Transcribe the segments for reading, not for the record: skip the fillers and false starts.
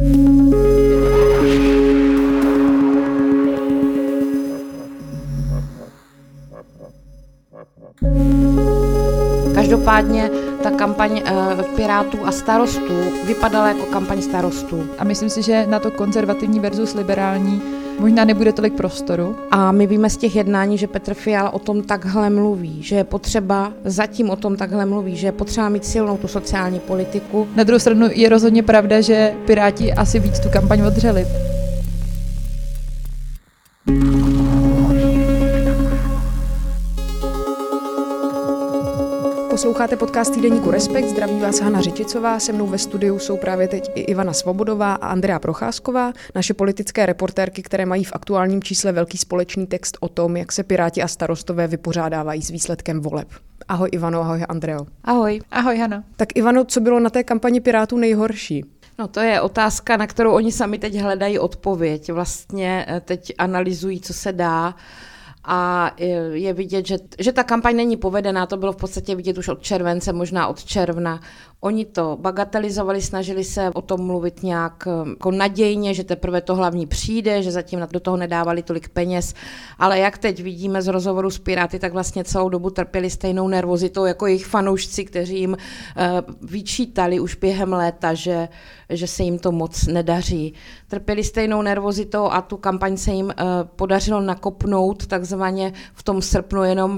Každopádně ta kampaň Pirátů a Starostů vypadala jako kampaň Starostů. A myslím si, že na to konzervativní versus liberální možná nebude tolik prostoru. A my víme z těch jednání, že Petr Fiala o tom takhle mluví, že je potřeba, zatím o tom takhle mluví, že je potřeba mít silnou tu sociální politiku. Na druhou stranu je rozhodně pravda, že Piráti asi víc tu kampaň odřeli. Posloucháte podcast týdeníku Respekt, zdraví vás Hana Řičicová, se mnou ve studiu jsou právě teď i Ivana Svobodová a Andrea Procházková, naše politické reportérky, které mají v aktuálním čísle velký společný text o tom, jak se Piráti a Starostové vypořádávají s výsledkem voleb. Ahoj Ivano, ahoj Andreo. Ahoj. Ahoj Hana. Tak Ivano, co bylo na té kampani Pirátů nejhorší? No to je otázka, na kterou oni sami teď hledají odpověď. Vlastně teď analyzují, co se dá. A je vidět, že ta kampaň není povedená, to bylo v podstatě vidět už od července, možná od června. Oni to bagatelizovali, snažili se o tom mluvit nějak jako nadějně, že teprve to hlavní přijde, že zatím do toho nedávali tolik peněz, ale jak teď vidíme z rozhovoru s Piráty, tak vlastně celou dobu trpěli stejnou nervozitou jako jejich fanoušci, kteří jim vyčítali už během léta, že se jim to moc nedaří. Trpěli stejnou nervozitou a tu kampaň se jim podařilo nakopnout takzvaně v tom srpnu jenom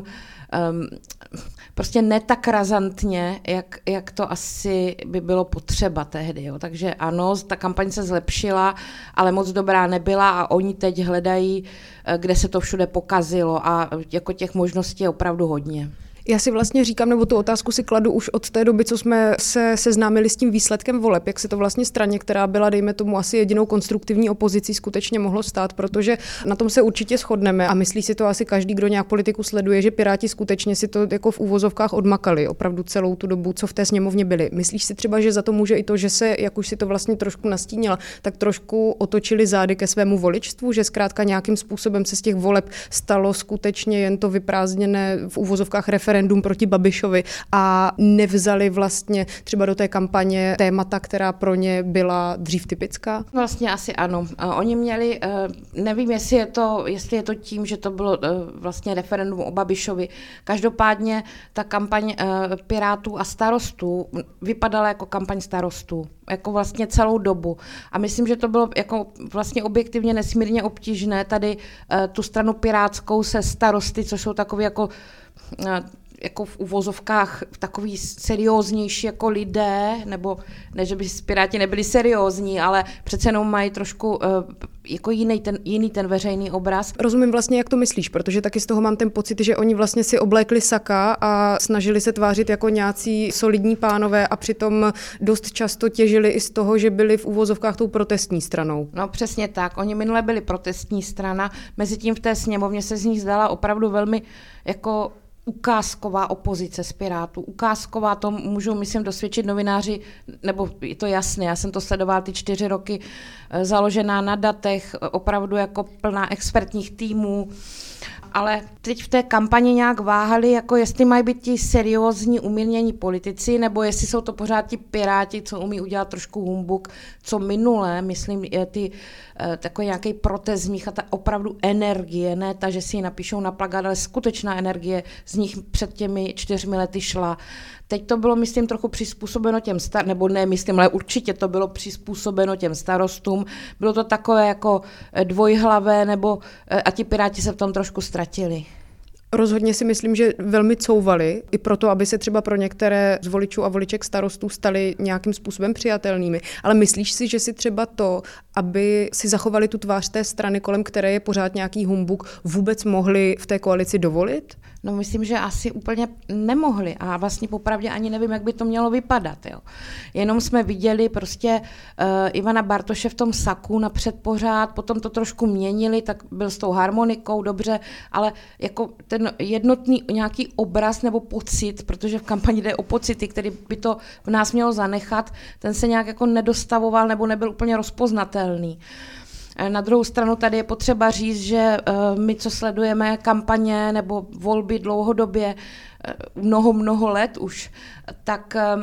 prostě ne tak razantně, jak to asi by bylo potřeba tehdy. Jo. Takže ano, ta kampaň se zlepšila, ale moc dobrá nebyla a oni teď hledají, kde se to všude pokazilo a jako těch možností je opravdu hodně. Já si vlastně říkám, nebo tu otázku si kladu už od té doby, co jsme se seznámili s tím výsledkem voleb, jak se to vlastně straně, která byla, dejme tomu, asi jedinou konstruktivní opozicí, skutečně mohlo stát, protože na tom se určitě shodneme a myslí si to asi každý, kdo nějak politiku sleduje, že Piráti skutečně si to jako v uvozovkách odmakali opravdu celou tu dobu, co v té sněmovně byli. Myslíš si třeba, že za to může i to, že se, jak už si to vlastně trošku nastínila, tak trošku otočili zády ke svému voličstvu, že zkrátka nějakým způsobem se z těch voleb stalo skutečně jen to vyprázdněné v uvozovkách referendum proti Babišovi a nevzali vlastně třeba do té kampaně témata, která pro ně byla dřív typická? Vlastně asi ano. Oni měli, nevím, jestli je to tím, že to bylo vlastně referendum o Babišovi. Každopádně ta kampaň Pirátů a Starostů vypadala jako kampaň Starostů. Jako vlastně celou dobu. A myslím, že to bylo jako vlastně objektivně nesmírně obtížné tady tu stranu pirátskou se Starosty, což jsou takový jako v uvozovkách takový serióznější jako lidé, nebo ne, že by Piráti nebyli seriózní, ale přece jenom mají trošku jako jiný ten veřejný obraz. Rozumím vlastně, jak to myslíš, protože taky z toho mám ten pocit, že oni vlastně si oblékli saka a snažili se tvářit jako nějací solidní pánové a přitom dost často těžili i z toho, že byli v uvozovkách tou protestní stranou. No přesně tak, oni minule byli protestní strana, mezitím v té sněmovně se z nich zdala opravdu velmi jako ukázková opozice z Pirátů. Ukázková, to můžou, myslím, dosvědčit novináři, nebo je to jasné, já jsem to sledovala ty 4 roky, založená na datech, opravdu jako plná expertních týmů, ale teď v té kampani nějak váhali, jako jestli mají být ti seriózní, umírnění politici, nebo jestli jsou to pořád ti Piráti, co umí udělat trošku humbuk, co minule, myslím, takový nějaký protest z nich a ta opravdu energie, ne ta, že si ji napíšou na plakát, ale skutečná energie z nich před těmi 4 lety šla. Teď to bylo, myslím, trochu přizpůsobeno těm nebo ne, myslím, ale určitě to bylo přizpůsobeno těm starostům. Bylo to takové jako dvojhlavé, a ti Piráti se v tom trošku ztratili. Rozhodně si myslím, že velmi couvali, i proto, aby se třeba pro některé z voličů a voliček Starostů stali nějakým způsobem přijatelnými. Ale myslíš si, že si třeba to, aby si zachovali tu tvář té strany, kolem které je pořád nějaký humbuk, vůbec mohli v té koalici dovolit? No myslím, že asi úplně nemohli a vlastně popravdě ani nevím, jak by to mělo vypadat. Jo. Jenom jsme viděli prostě Ivana Bartoše v tom saku napřed pořád, potom to trošku měnili, tak byl s tou harmonikou, dobře, ale jako ten jednotný nějaký obraz nebo pocit, protože v kampani jde o pocity, který by to v nás mělo zanechat, ten se nějak jako nedostavoval nebo nebyl úplně rozpoznatelný. Na druhou stranu tady je potřeba říct, že my, co sledujeme kampaně nebo volby dlouhodobě, mnoho let už, tak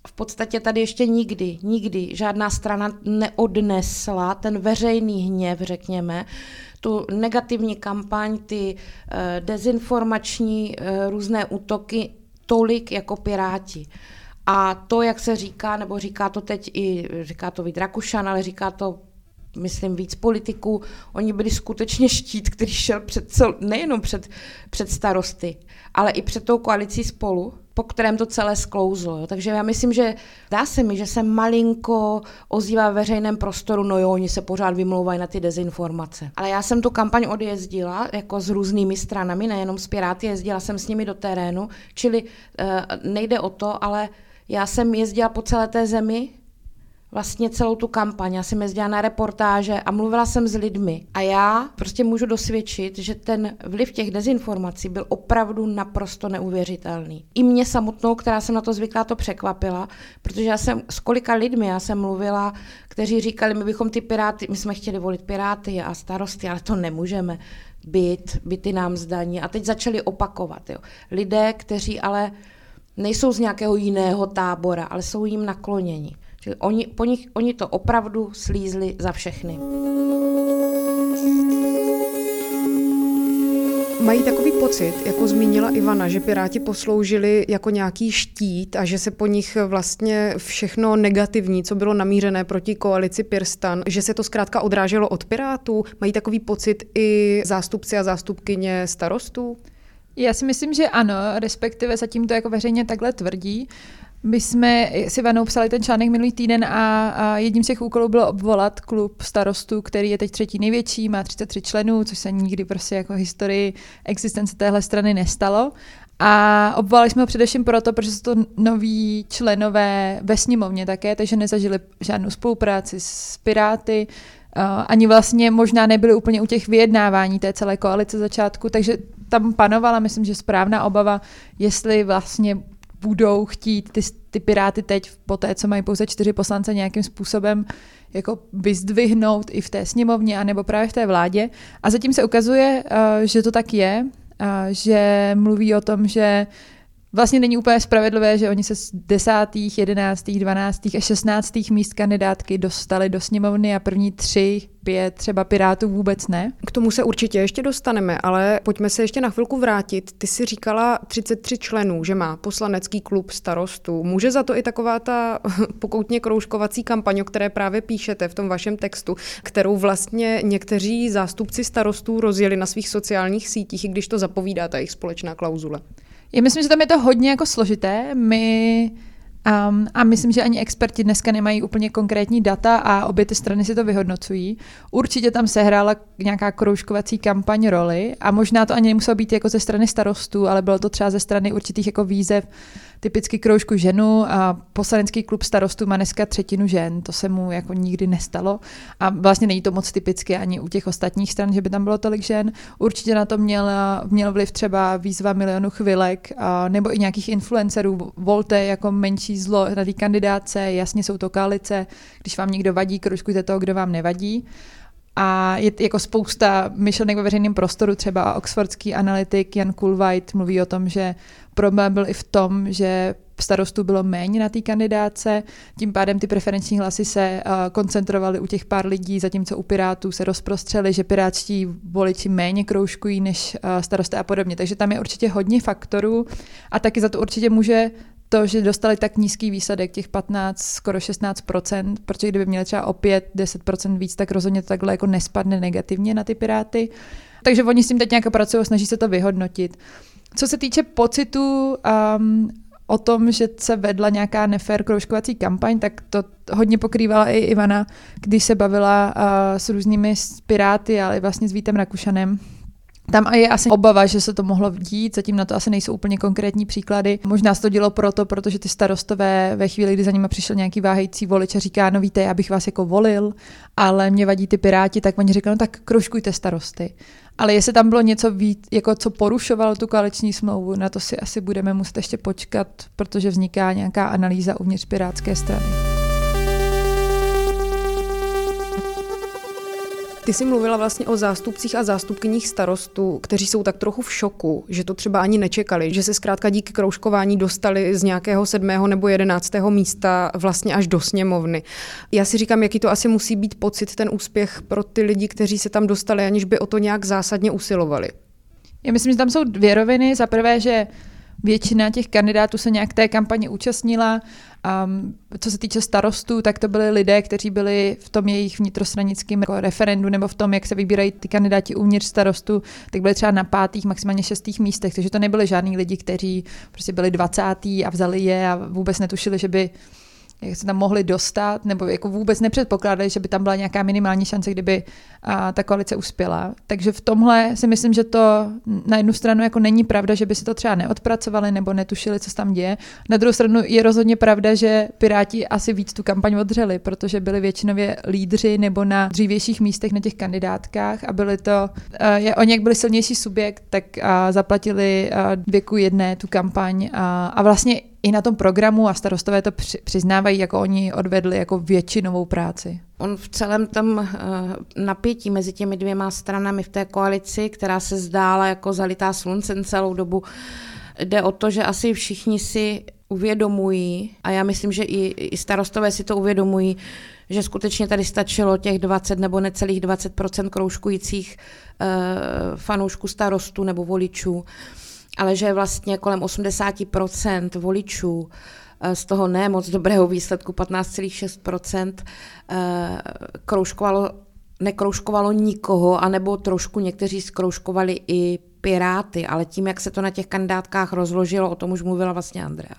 v podstatě tady ještě nikdy žádná strana neodnesla ten veřejný hněv, řekněme, tu negativní kampaň, ty dezinformační různé útoky tolik jako Piráti. A to, jak se říká, nebo říká to teď říká to Vít Rakušan, ale říká to, myslím, víc politiků, oni byli skutečně štít, který šel nejenom před starosty, ale i před tou koalicí Spolu, po kterém to celé sklouzlo. Jo. Takže já myslím, že dá se mi, že se malinko ozývá v veřejném prostoru, no jo, oni se pořád vymlouvají na ty dezinformace. Ale já jsem tu kampaň odjezdila jako s různými stranami, nejenom s Piráty, jezdila jsem s nimi do terénu, čili nejde o to, ale já jsem jezdila po celé té zemi, vlastně celou tu kampaň. Já jsem jezdila na reportáže a mluvila jsem s lidmi. A já prostě můžu dosvědčit, že ten vliv těch dezinformací byl opravdu naprosto neuvěřitelný. I mě samotnou, která jsem na to zvyklá, to překvapila, protože já jsem s kolika lidmi já jsem mluvila, kteří říkali, my jsme chtěli volit Piráty a starosty, ale to nemůžeme. Byty nám zdaní. A teď začali opakovat. Jo. Lidé, kteří ale nejsou z nějakého jiného tábora, ale jsou jim nakloněni. Čili oni to opravdu slízli za všechny. Mají takový pocit, jako zmínila Ivana, že Piráti posloužili jako nějaký štít a že se po nich vlastně všechno negativní, co bylo namířené proti koalici PirSTAN, že se to zkrátka odráželo od Pirátů? Mají takový pocit i zástupci a zástupkyně starostů? Já si myslím, že ano, respektive zatím to jako veřejně takhle tvrdí. My jsme si Ivanou psali ten článek minulý týden a jedním z těch úkolů bylo obvolat klub starostů, který je teď 3. největší, má 33 členů, což se nikdy prostě jako historii existence téhle strany nestalo. A obvolali jsme ho především proto, protože jsou to noví členové ve sněmovně také, takže nezažili žádnou spolupráci s Piráty, ani vlastně možná nebyli úplně u těch vyjednávání té celé koalice začátku, takže tam panovala, myslím, že správná obava, jestli vlastně budou chtít ty Piráty teď po té, co mají pouze 4 poslance, nějakým způsobem jako vyzdvihnout i v té sněmovně anebo právě v té vládě. A zatím se ukazuje, že to tak je, že mluví o tom, že vlastně není úplně spravedlivé, že oni se z 10., 11., 12. a 16. míst kandidátky dostali do sněmovny a první 3, 5 třeba Pirátů vůbec ne. K tomu se určitě ještě dostaneme, ale pojďme se ještě na chvilku vrátit. Ty jsi říkala 33 členů, že má poslanecký klub starostů. Může za to i taková ta pokoutně kroužkovací kampaň, o které právě píšete v tom vašem textu, kterou vlastně někteří zástupci starostů rozjeli na svých sociálních sítích, i když to zapovídá ta jejich společná klauzule? Já myslím, že tam je to hodně jako složité. A myslím, že ani experti dneska nemají úplně konkrétní data a obě ty strany si to vyhodnocují. Určitě tam sehrála nějaká kroužkovací kampaň roli a možná to ani nemuselo být jako ze strany starostů, ale bylo to třeba ze strany určitých jako výzev, typicky kroužku ženu a poslanecký klub starostů má dneska 1/3 žen, to se mu jako nikdy nestalo a vlastně není to moc typicky ani u těch ostatních stran, že by tam bylo tolik žen. Určitě na to měl vliv třeba výzva Milionu chvilek nebo i nějakých influencerů. Volte jako menší zlo na té kandidáce, jasně jsou to koalice, když vám někdo vadí, kroužkujte toho, kdo vám nevadí. A je jako spousta myšlenek ve veřejném prostoru, třeba oxfordský analytik Jan Kulveit mluví o tom, že problém byl i v tom, že starostů bylo méně na té kandidáce, tím pádem ty preferenční hlasy se koncentrovaly u těch pár lidí, zatímco u Pirátů se rozprostřeli, že pirátští voliči méně kroužkují než starosté a podobně. Takže tam je určitě hodně faktorů a taky za to určitě může to, že dostali tak nízký výsledek, těch 15, skoro 16%, protože kdyby měli třeba o 5-10% víc, tak rozhodně to takhle jako nespadne negativně na ty Piráty. Takže oni s tím teď nějak pracují a snaží se to vyhodnotit. Co se týče pocitu o tom, že se vedla nějaká nefér kroužkovací kampaň, tak to hodně pokrývala i Ivana, když se bavila s různými Piráty, ale vlastně s Vítem Rakušanem. Tam je asi obava, že se to mohlo dít, zatím na to asi nejsou úplně konkrétní příklady. Možná se to dělo protože ty starostové ve chvíli, kdy za nimi přišel nějaký váhající volič a říká, no víte, já bych vás jako volil, ale mě vadí ty Piráti, tak oni říkali, no tak kroužkujte starosty. Ale jestli tam bylo něco víc, jako co porušovalo tu koaliční smlouvu, na to si asi budeme muset ještě počkat, protože vzniká nějaká analýza uvnitř pirátské strany. Ty jsi mluvila vlastně o zástupcích a zástupkyních starostů, kteří jsou tak trochu v šoku, že to třeba ani nečekali, že se zkrátka díky kroužkování dostali z nějakého 7. nebo 11. místa vlastně až do sněmovny. Já si říkám, jaký to asi musí být pocit, ten úspěch pro ty lidi, kteří se tam dostali, aniž by o to nějak zásadně usilovali. Já myslím, že tam jsou dvě roviny. Za prvé, že většina těch kandidátů se nějak té kampaně účastnila. Co se týče starostů, tak to byli lidé, kteří byli v tom jejich vnitrostranickém referendu nebo v tom, jak se vybírají ty kandidáti uvnitř starostů, tak byli třeba na 5., maximálně 6. místech, takže to nebyli žádní lidi, kteří prostě byli 20. a vzali je a vůbec netušili, že by jak se tam mohli dostat, nebo jako vůbec nepředpokládali, že by tam byla nějaká minimální šance, kdyby ta koalice uspěla. Takže v tomhle si myslím, že to na jednu stranu jako není pravda, že by si to třeba neodpracovali nebo netušili, co se tam děje. Na druhou stranu je rozhodně pravda, že Piráti asi víc tu kampaň odřeli, protože byli většinově lídři nebo na dřívějších místech na těch kandidátkách a byli to, oni jak byli silnější subjekt, tak zaplatili 2:1 tu kampaň a vlastně i na tom programu a starostové to přiznávají, jako oni odvedli jako většinovou práci. On v celém tom napětí mezi těmi dvěma stranami v té koalici, která se zdála jako zalitá sluncem celou dobu, jde o to, že asi všichni si uvědomují, a já myslím, že i starostové si to uvědomují, že skutečně tady stačilo těch 20 nebo necelých 20% kroužkujících fanoušků starostů nebo voličů, ale že vlastně kolem 80% voličů z toho ne moc dobrého výsledku 15,6% nekroužkovalo nikoho, anebo trošku někteří zkroužkovali i Piráty, ale tím, jak se to na těch kandidátkách rozložilo, o tom už mluvila vlastně Andrea,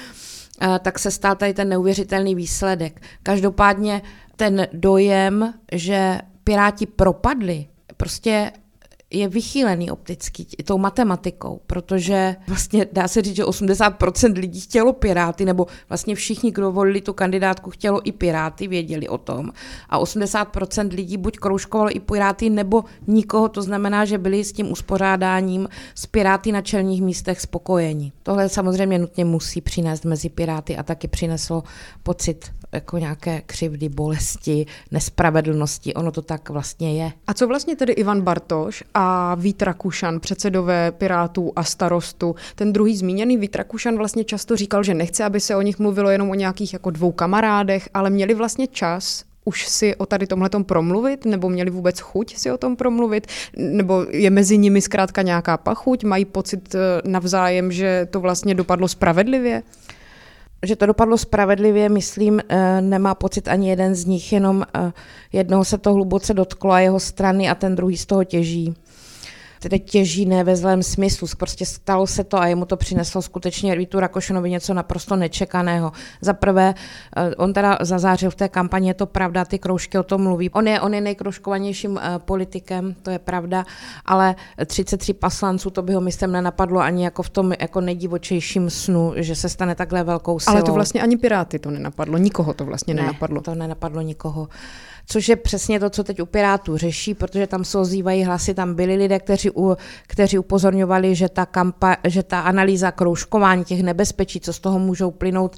tak se stal tady ten neuvěřitelný výsledek. Každopádně ten dojem, že Piráti propadli, prostě je vychýlený opticky tou matematikou, protože vlastně dá se říct, že 80% lidí chtělo Piráty, nebo vlastně všichni, kdo volili tu kandidátku, chtělo i Piráty, věděli o tom. A 80% lidí buď kroužkovalo i Piráty, nebo nikoho, to znamená, že byli s tím uspořádáním s Piráty na čelních místech spokojeni. Tohle samozřejmě nutně musí přinést mezi Piráty a taky přineslo pocit jako nějaké křivdy, bolesti, nespravedlnosti. Ono to tak vlastně je. A co vlastně tedy Ivan Bartoš a Vít Rakušan, předsedové Pirátů a Starostu? Ten druhý zmíněný Vít Rakušan vlastně často říkal, že nechce, aby se o nich mluvilo jenom o nějakých jako 2 kamarádech, ale měli vlastně čas už si o tady tomhletom promluvit, nebo měli vůbec chuť si o tom promluvit, nebo je mezi nimi zkrátka nějaká pachuť, mají pocit navzájem, že to vlastně dopadlo spravedlivě? Že to dopadlo spravedlivě, myslím, nemá pocit ani jeden z nich, jenom jednoho se to hluboce dotklo a jeho strany a ten druhý z toho těží. Tedy těží ne ve zlém smyslu, prostě stalo se to a jemu to přineslo skutečně Vítu Rakušanovi něco naprosto nečekaného. Za prvé, on teda zazářil v té kampani, je to pravda, ty kroužky o tom mluví. On je nejkroužkovanějším politikem, to je pravda, ale 33 poslanců, to by ho myslím nenapadlo ani jako v tom jako nejdivočejším snu, že se stane takhle velkou silou. Ale to vlastně ani Piráty to nenapadlo, nikoho to vlastně nenapadlo. To nenapadlo nikoho. Což je přesně to, co teď u Pirátů řeší, protože tam se ozývají hlasy, tam byli lidé, kteří upozorňovali, že ta analýza kroužkování těch nebezpečí, co z toho můžou plynout,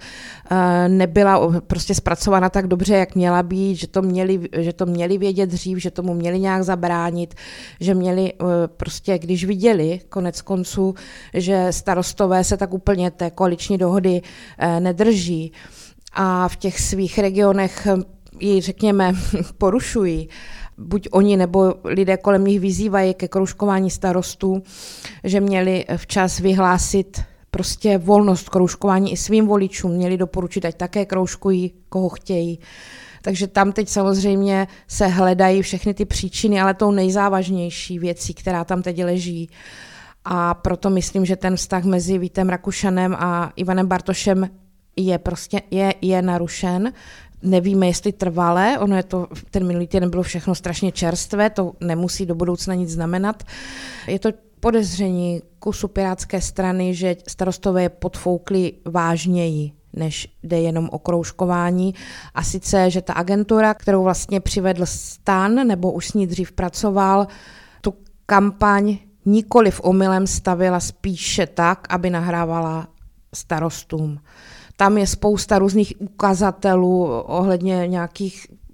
nebyla prostě zpracována tak dobře, jak měla být, že to měli vědět dřív, že tomu měli nějak zabránit, že měli prostě, když viděli konec konců, že starostové se tak úplně té koaliční dohody nedrží a v těch svých regionech ji, řekněme, porušují, buď oni nebo lidé kolem nich vyzývají ke kroužkování starostů, že měli včas vyhlásit prostě volnost kroužkování i svým voličům, měli doporučit, ať také kroužkují, koho chtějí. Takže tam teď samozřejmě se hledají všechny ty příčiny, ale tou nejzávažnější věcí, která tam teď leží. A proto myslím, že ten vztah mezi Vítem Rakušanem a Ivanem Bartošem je narušen. Nevíme, jestli trvalé, ono je to, ten minulý týden bylo všechno strašně čerstvé, to nemusí do budoucna nic znamenat. Je to podezření kusu pirátské strany, že starostové je podfoukli vážněji, než jde jenom o kroužkování. A sice, že ta agentura, kterou vlastně přivedl STAN, nebo už s ní dřív pracoval, tu kampaň nikoliv omylem stavila spíše tak, aby nahrávala starostům. Tam je spousta různých ukazatelů ohledně nějakých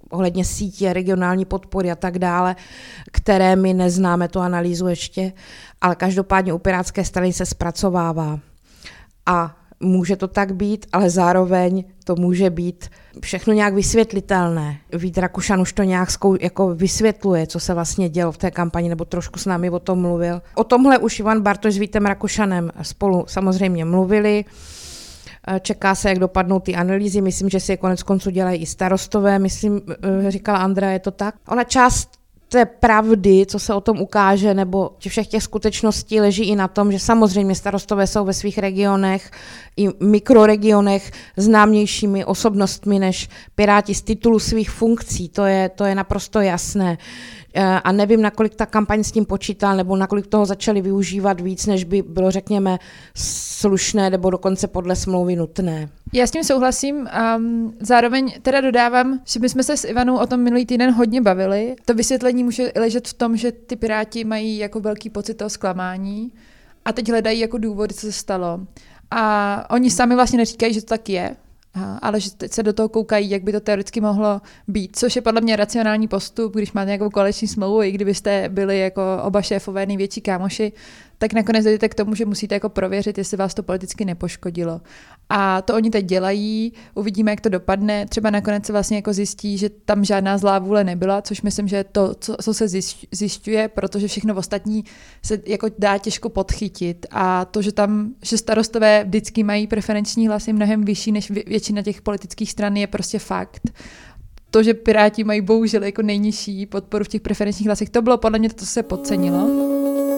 ohledně sítě, regionální podpory a tak dále, které my neznáme, tu analýzu ještě, ale každopádně u Pirátské strany se zpracovává. A může to tak být, ale zároveň to může být všechno nějak vysvětlitelné. Vít Rakušan už to nějak jako vysvětluje, co se vlastně dělo v té kampani, nebo trošku s námi o tom mluvil. O tomhle už Ivan Bartoš s Vítem Rakušanem spolu samozřejmě mluvili. Čeká se, jak dopadnou ty analýzy. Myslím, že si je konec konců dělají i starostové. Myslím, říkala Andrea, je to tak. Ona část té pravdy, co se o tom ukáže, nebo všech těch skutečností leží i na tom, že samozřejmě starostové jsou ve svých regionech i mikroregionech známějšími osobnostmi než Piráti z titulu svých funkcí. To je naprosto jasné. A nevím, nakolik ta kampaň s tím počítala, nebo nakolik toho začali využívat víc, než by bylo, řekněme, slušné, nebo dokonce podle smlouvy nutné. Já s tím souhlasím a zároveň teda dodávám, že my jsme se s Ivanou o tom minulý týden hodně bavili. To vysvětlení může ležet v tom, že ty Piráti mají jako velký pocit toho zklamání a teď hledají jako důvody, co se stalo. A oni sami vlastně neříkají, že to tak je, ale že teď se do toho koukají, jak by to teoreticky mohlo být, což je podle mě racionální postup, když máte nějakou koaliční smlouvu, i kdybyste byli jako oba šéfové největší kámoši, tak nakonec dojdete k tomu, že musíte jako prověřit, jestli vás to politicky nepoškodilo. A to oni teď dělají, uvidíme, jak to dopadne. Třeba nakonec se vlastně jako zjistí, že tam žádná zlá vůle nebyla, což myslím, že je to, co se zjišťuje, protože všechno ostatní se jako dá těžko podchytit. A to, že starostové vždycky mají preferenční hlasy mnohem vyšší než většina těch politických stran, je prostě fakt. To, že Piráti mají bohužel jako nejnižší podporu v těch preferenčních hlasech, to bylo podle mě to, co se podcenilo.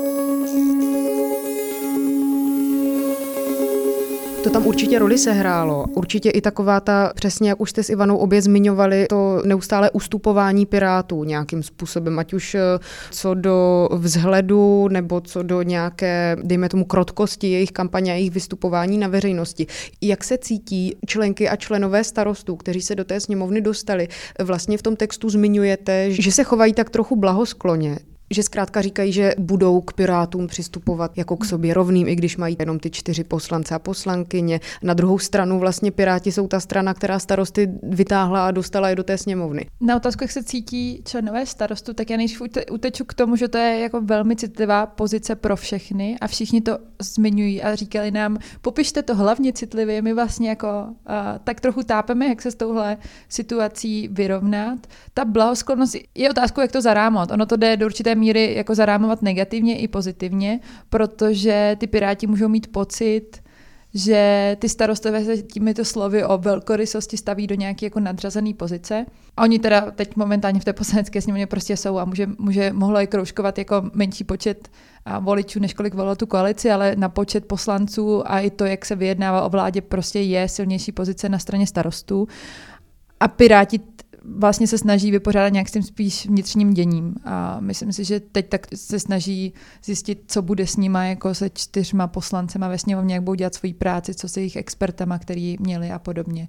To tam určitě roli sehrálo. Určitě i taková ta, přesně jak už jste s Ivanou obě zmiňovali, to neustále ustupování Pirátů nějakým způsobem, ať už co do vzhledu, nebo co do nějaké, dejme tomu, krotkosti jejich kampaně a jejich vystupování na veřejnosti. Jak se cítí členky a členové starostů, kteří se do té sněmovny dostali? Vlastně v tom textu zmiňujete, že se chovají tak trochu blahoskloně. Že zkrátka říkají, že budou k Pirátům přistupovat jako k sobě rovným, i když mají jenom ty 4 poslance a poslankyně. Na druhou stranu vlastně Piráti jsou ta strana, která starosty vytáhla a dostala je do té sněmovny. Na otázku, jak se cítí členové starostu, tak já nejdřív uteču k tomu, že to je jako velmi citlivá pozice pro všechny a všichni to zmiňují a říkali nám, popište to hlavně citlivě, my vlastně jako tak trochu tápeme, jak se s touhle situací vyrovnat. Ta blahosklonost je otázkou, jak to zarámovat. Ono to jde do určité míry jako zarámovat negativně i pozitivně, protože ty Piráti můžou mít pocit, že ty starostové se těmito slovy o velkorysosti staví do nějaké jako nadřazené pozice. A oni teda teď momentálně v té poslanecké sněmovně prostě jsou a mohlo je kroužkovat jako menší počet voličů, než kolik volilo tu koalici, ale na počet poslanců a i to, jak se vyjednává o vládě, prostě je silnější pozice na straně starostů. A Piráti vlastně se snaží vypořádat nějak s tím spíš vnitřním děním. A myslím si, že teď tak se snaží zjistit, co bude s nima, jako se 4 poslancema ve sněmovně, jak budou dělat svoji práci, co se jejich expertama, který měli a podobně.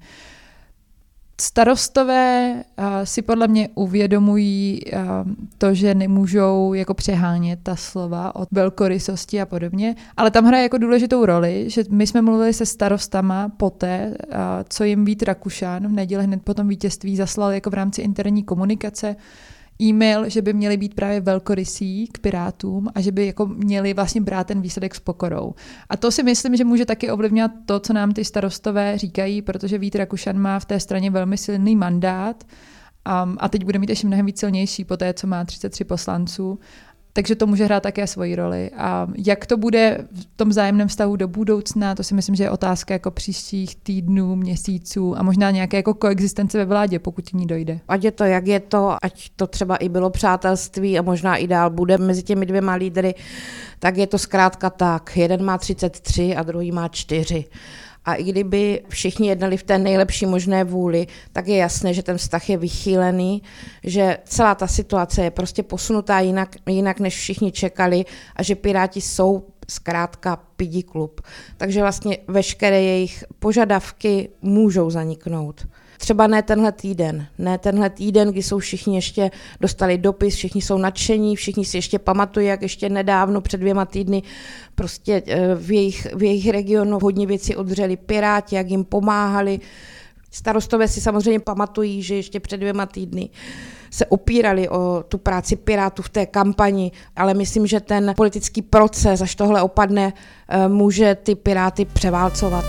Starostové si podle mě uvědomují to, že nemůžou jako přehánět ta slova o velkorysosti a podobně, ale tam hraje jako důležitou roli, že my jsme mluvili se starostama poté, co jim Vít Rakušan v neděli hned po tom vítězství zaslal jako v rámci interní komunikace e-mail, že by měli být právě velkorysí k Pirátům a že by jako měli vlastně brát ten výsledek s pokorou. A to si myslím, že může taky ovlivňovat to, co nám ty starostové říkají, protože Vít Rakušan má v té straně velmi silný mandát a teď bude mít ještě mnohem víc silnější po té, co má 33 poslanců. Takže to může hrát také svoji roli. A jak to bude v tom vzájemném vztahu do budoucna, to si myslím, že je otázka jako příštích týdnů, měsíců a možná nějaké jako koexistence ve vládě, pokud k ní dojde. Ať je to, jak je to, ať to třeba i bylo přátelství a možná i dál bude mezi těmi 2 lídry, tak je to zkrátka tak. Jeden má 33 a druhý má 4. A i kdyby všichni jednali v té nejlepší možné vůli, tak je jasné, že ten vztah je vychýlený, že celá ta situace je prostě posunutá jinak než všichni čekali a že Piráti jsou zkrátka pidi klub. Takže vlastně veškeré jejich požadavky můžou zaniknout. Třeba ne tenhle týden, kdy jsou všichni ještě dostali dopis, všichni jsou nadšení, všichni si ještě pamatují, jak ještě nedávno, před 2 týdny, prostě v jejich regionu hodně věci odřeli Piráti, jak jim pomáhali. Starostové si samozřejmě pamatují, že ještě před 2 týdny se opírali o tu práci Pirátů v té kampani, ale myslím, že ten politický proces, až tohle opadne, může ty Piráty převálcovat.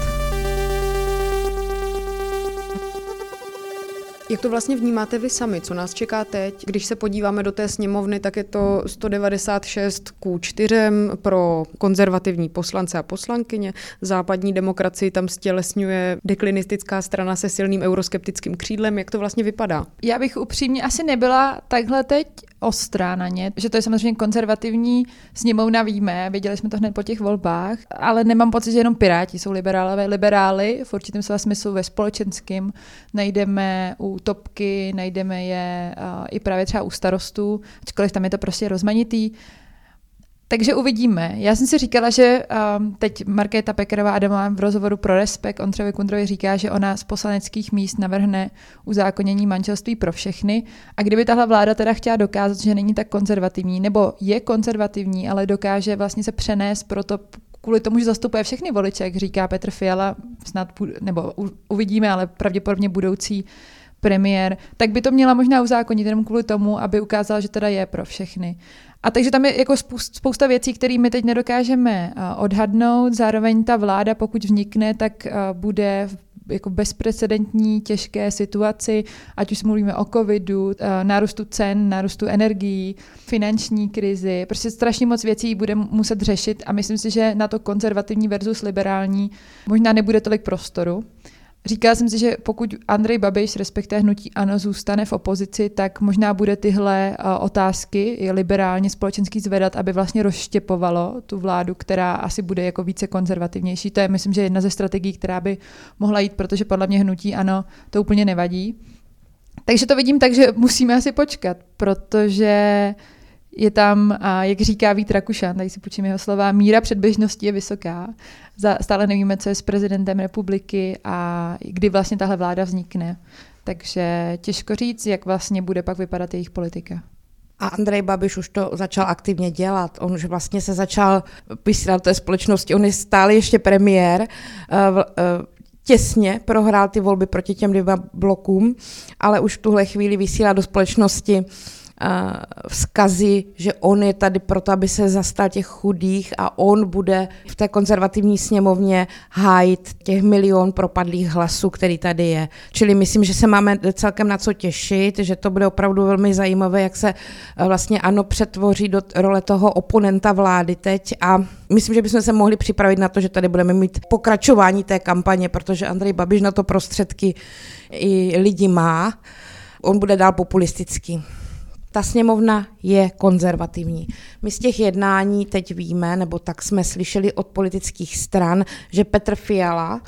Jak to vlastně vnímáte vy sami? Co nás čeká teď? Když se podíváme do té sněmovny, tak je to 196:4 pro konzervativní poslance a poslankyně. Západní demokracii tam stělesňuje deklinistická strana se silným euroskeptickým křídlem. Jak to vlastně vypadá? Já bych upřímně asi nebyla takhle teď ostrá na ně, že to je samozřejmě konzervativní sněmovna, víme, věděli jsme to hned po těch volbách, ale nemám pocit, že jenom Piráti jsou liberáli, v určitém slova smyslu ve společenském, najdeme u Topky, najdeme je i právě třeba u Starostů, ačkoliv tam je to prostě rozmanitý. Takže uvidíme. Já jsem si říkala, že teď Markéta Pekarová Adamová v rozhovoru pro Respekt Ondřejovi Kundrovi říká, že ona z poslaneckých míst navrhne uzákonění manželství pro všechny. A kdyby tahle vláda teda chtěla dokázat, že není tak konzervativní, nebo je konzervativní, ale dokáže vlastně se přenést proto kvůli tomu, že zastupuje všechny voliče, jak říká Petr Fiala, snad nebo uvidíme, ale pravděpodobně budoucí premiér, tak by to měla možná uzákonit jenom kvůli tomu, aby ukázala, že teda je pro všechny. A takže tam je jako spousta věcí, které my teď nedokážeme odhadnout. Zároveň ta vláda, pokud vznikne, tak bude jako bezprecedentní těžké situaci, ať už mluvíme o covidu, nárůstu cen, nárůstu energií, finanční krizi. Prostě strašně moc věcí bude muset řešit a myslím si, že na to konzervativní versus liberální možná nebude tolik prostoru. Říkala jsem si, že pokud Andrej Babiš, respektive hnutí ANO, zůstane v opozici, tak možná bude tyhle otázky liberálně společensky zvedat, aby vlastně rozštěpovalo tu vládu, která asi bude jako více konzervativnější. To je, myslím, že jedna ze strategií, která by mohla jít, protože podle mě hnutí ANO to úplně nevadí. Takže to vidím tak, že musíme asi počkat, protože je tam, jak říká Vít Rakušan, tady si počím jeho slova, míra předběžnosti je vysoká. Stále nevíme, co je s prezidentem republiky a kdy vlastně tahle vláda vznikne. Takže těžko říct, jak vlastně bude pak vypadat jejich politika. A Andrej Babiš už to začal aktivně dělat. On už vlastně se začal vysílat té společnosti. On je stále ještě premiér. Těsně prohrál ty volby proti těm 2 blokům, ale už v tuhle chvíli vysílá do společnosti vzkazy, že on je tady proto, aby se zastal těch chudých a on bude v té konzervativní sněmovně hájit těch 1 milion propadlých hlasů, který tady je. Čili myslím, že se máme celkem na co těšit, že to bude opravdu velmi zajímavé, jak se vlastně ANO přetvoří do role toho oponenta vlády teď a myslím, že bychom se mohli připravit na to, že tady budeme mít pokračování té kampaně, protože Andrej Babiš na to prostředky i lidi má. On bude dál populistický. Ta sněmovna je konzervativní. My z těch jednání teď víme, nebo tak jsme slyšeli od politických stran, že Petr Fiala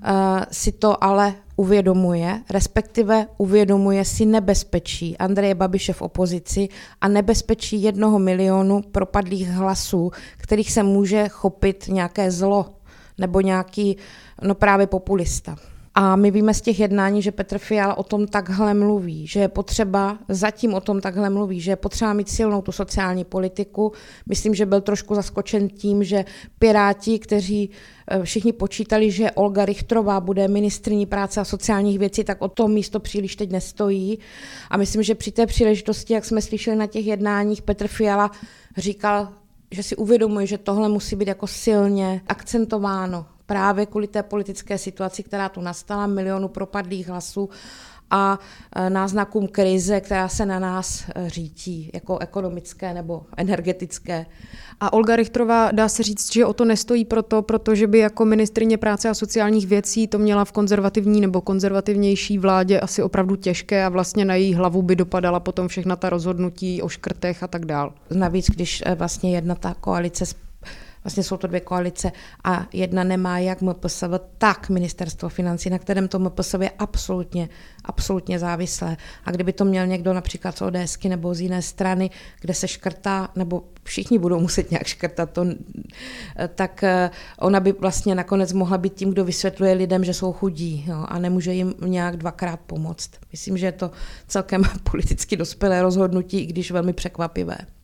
si to ale uvědomuje, respektive uvědomuje si nebezpečí Andreje Babiše v opozici a nebezpečí 1 milionu propadlých hlasů, kterých se může chopit nějaké zlo nebo nějaký právě populista. A my víme z těch jednání, že Petr Fiala o tom takhle mluví, že je potřeba, zatím o tom takhle mluví, že je potřeba mít silnou tu sociální politiku. Myslím, že byl trošku zaskočen tím, že Piráti, kteří všichni počítali, že Olga Richtrová bude ministryní práce a sociálních věcí, tak o to místo příliš teď nestojí. A myslím, že při té příležitosti, jak jsme slyšeli na těch jednáních, Petr Fiala říkal, že si uvědomuje, že tohle musí být jako silně akcentováno. Právě kvůli té politické situaci, která tu nastala, 1 milionu propadlých hlasů a náznakům krize, která se na nás řítí, jako ekonomické nebo energetické. A Olga Richtrová, dá se říct, že o to nestojí protože by jako ministryně práce a sociálních věcí to měla v konzervativní nebo konzervativnější vládě asi opravdu těžké a vlastně na její hlavu by dopadala potom všechna ta rozhodnutí o škrtech a tak dál. Navíc, když vlastně jedna ta koalice vlastně jsou to 2 koalice a jedna nemá jak MPSV, tak ministerstvo financí, na kterém to MPSV je absolutně závislé. A kdyby to měl někdo například z ODSky nebo z jiné strany, kde se škrtá, nebo všichni budou muset nějak škrtat, tak ona by vlastně nakonec mohla být tím, kdo vysvětluje lidem, že jsou chudí, a nemůže jim nějak 2krát pomoct. Myslím, že je to celkem politicky dospělé rozhodnutí, i když velmi překvapivé.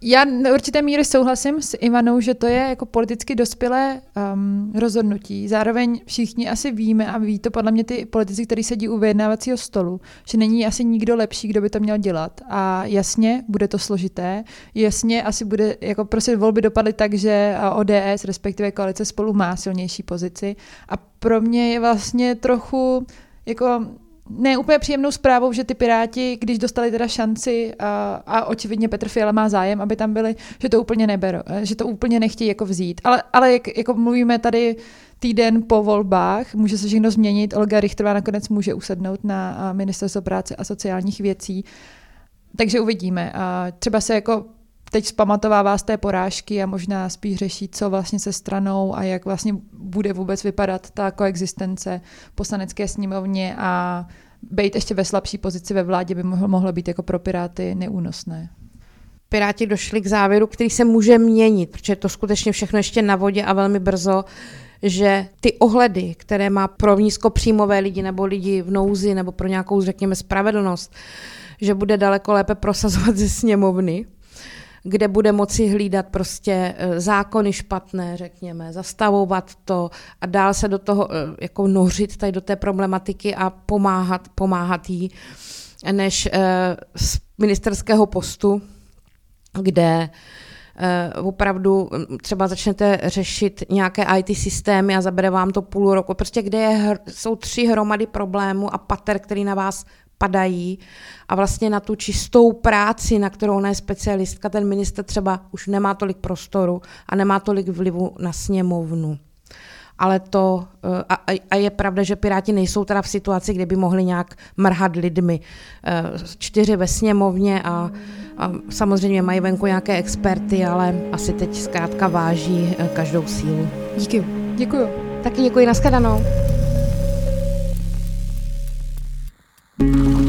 Já na určité míry souhlasím s Ivanou, že to je jako politicky dospělé rozhodnutí. Zároveň všichni asi víme a ví to podle mě ty politici, kteří sedí u vyjednávacího stolu, že není asi nikdo lepší, kdo by to měl dělat. A jasně, bude to složité. Jasně, asi bude, jako prostě volby dopadly tak, že ODS, respektive koalice Spolu má silnější pozici. A pro mě je vlastně trochu jako ne úplně příjemnou zprávou, že ty Piráti, když dostali teda šanci a očividně Petr Fiala má zájem, aby tam byli, že to úplně neberou, že to úplně nechtějí jako vzít. Ale jak jako mluvíme tady týden po volbách, může se všechno změnit. Olga Richterová nakonec může usednout na Ministerstvo práce a sociálních věcí. Takže uvidíme. A třeba se jako teď zpamatovává z té porážky a možná spíš řeší, co vlastně se stranou a jak vlastně bude vůbec vypadat ta koexistence v poslanecké sněmovně a být ještě ve slabší pozici ve vládě by mohlo být jako pro Piráty neúnosné. Piráti došli k závěru, který se může měnit, protože to skutečně všechno ještě na vodě a velmi brzo, že ty ohledy, které má pro nízkopříjmové lidi nebo lidi v nouzi nebo pro nějakou, řekněme, spravedlnost, že bude daleko lépe prosazovat ze sněmovny, kde bude moci hlídat prostě zákony špatné, řekněme, zastavovat to a dál se do toho jako nořit tady do té problematiky a pomáhat jí, než z ministerského postu, kde opravdu třeba začnete řešit nějaké IT systémy a zabere vám to půl roku, prostě kde jsou 3 hromady problémů a pater, který na vás padají a vlastně na tu čistou práci, na kterou ona je specialistka, ten ministr třeba už nemá tolik prostoru a nemá tolik vlivu na sněmovnu. Ale to, a je pravda, že Piráti nejsou teda v situaci, kde by mohli nějak mrhat lidmi. 4 ve sněmovně a samozřejmě mají venku nějaké experty, ale asi teď zkrátka váží každou sílu. Díky. Děkuju. Taky děkuji, nashledanou.